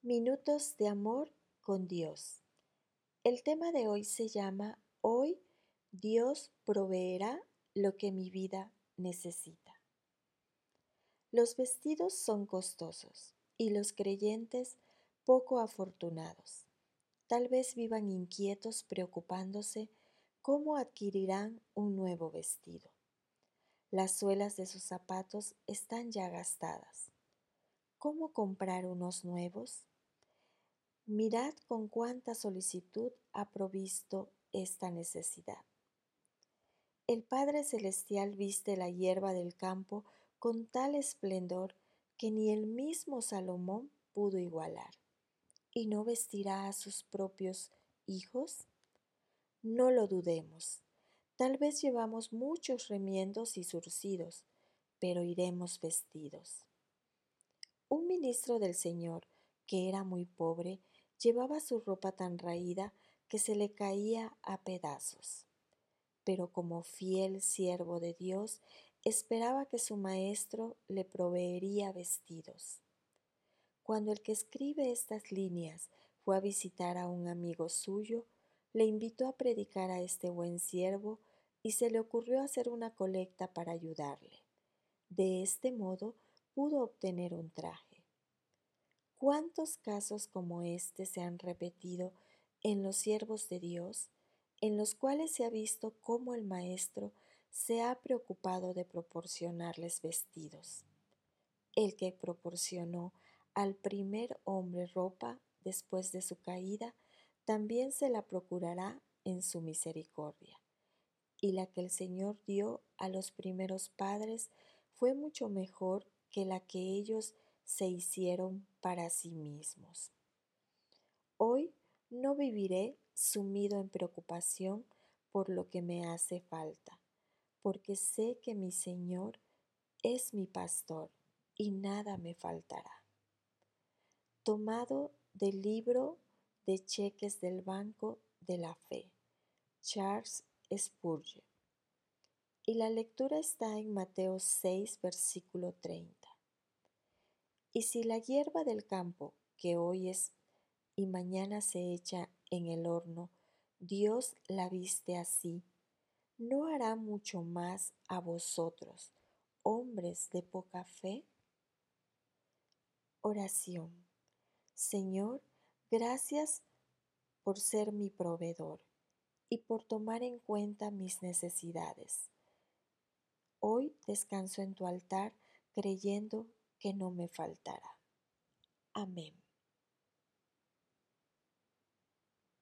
Minutos de amor con Dios. El tema de hoy se llama Hoy Dios proveerá lo que mi vida necesita. Los vestidos son costosos y los creyentes poco afortunados. Tal vez vivan inquietos preocupándose cómo adquirirán un nuevo vestido. Las suelas de sus zapatos están ya gastadas. ¿Cómo comprar unos nuevos? Mirad con cuánta solicitud ha provisto esta necesidad. El Padre Celestial viste la hierba del campo con tal esplendor que ni el mismo Salomón pudo igualar. ¿Y no vestirá a sus propios hijos? No lo dudemos. Tal vez llevamos muchos remiendos y zurcidos, pero iremos vestidos. Un ministro del Señor, que era muy pobre, llevaba su ropa tan raída que se le caía a pedazos. Pero como fiel siervo de Dios, esperaba que su maestro le proveería vestidos. Cuando el que escribe estas líneas fue a visitar a un amigo suyo, le invitó a predicar a este buen siervo y se le ocurrió hacer una colecta para ayudarle. De este modo pudo obtener un traje. ¿Cuántos casos como este se han repetido en los siervos de Dios, en los cuales se ha visto cómo el Maestro se ha preocupado de proporcionarles vestidos? El que proporcionó al primer hombre ropa después de su caída, también se la procurará en su misericordia. Y la que el Señor dio a los primeros padres fue mucho mejor que la que ellos se hicieron para sí mismos. Hoy no viviré sumido en preocupación por lo que me hace falta, porque sé que mi Señor es mi pastor y nada me faltará. Tomado del libro de cheques del Banco de la Fe, Charles Spurgeon. Y la lectura está en Mateo 6, versículo 30. Y si la hierba del campo, que hoy es y mañana se echa en el horno, Dios la viste así, ¿no hará mucho más a vosotros, hombres de poca fe? Oración. Señor, gracias por ser mi proveedor y por tomar en cuenta mis necesidades. Hoy descanso en tu altar creyendo que no me faltará. Amén.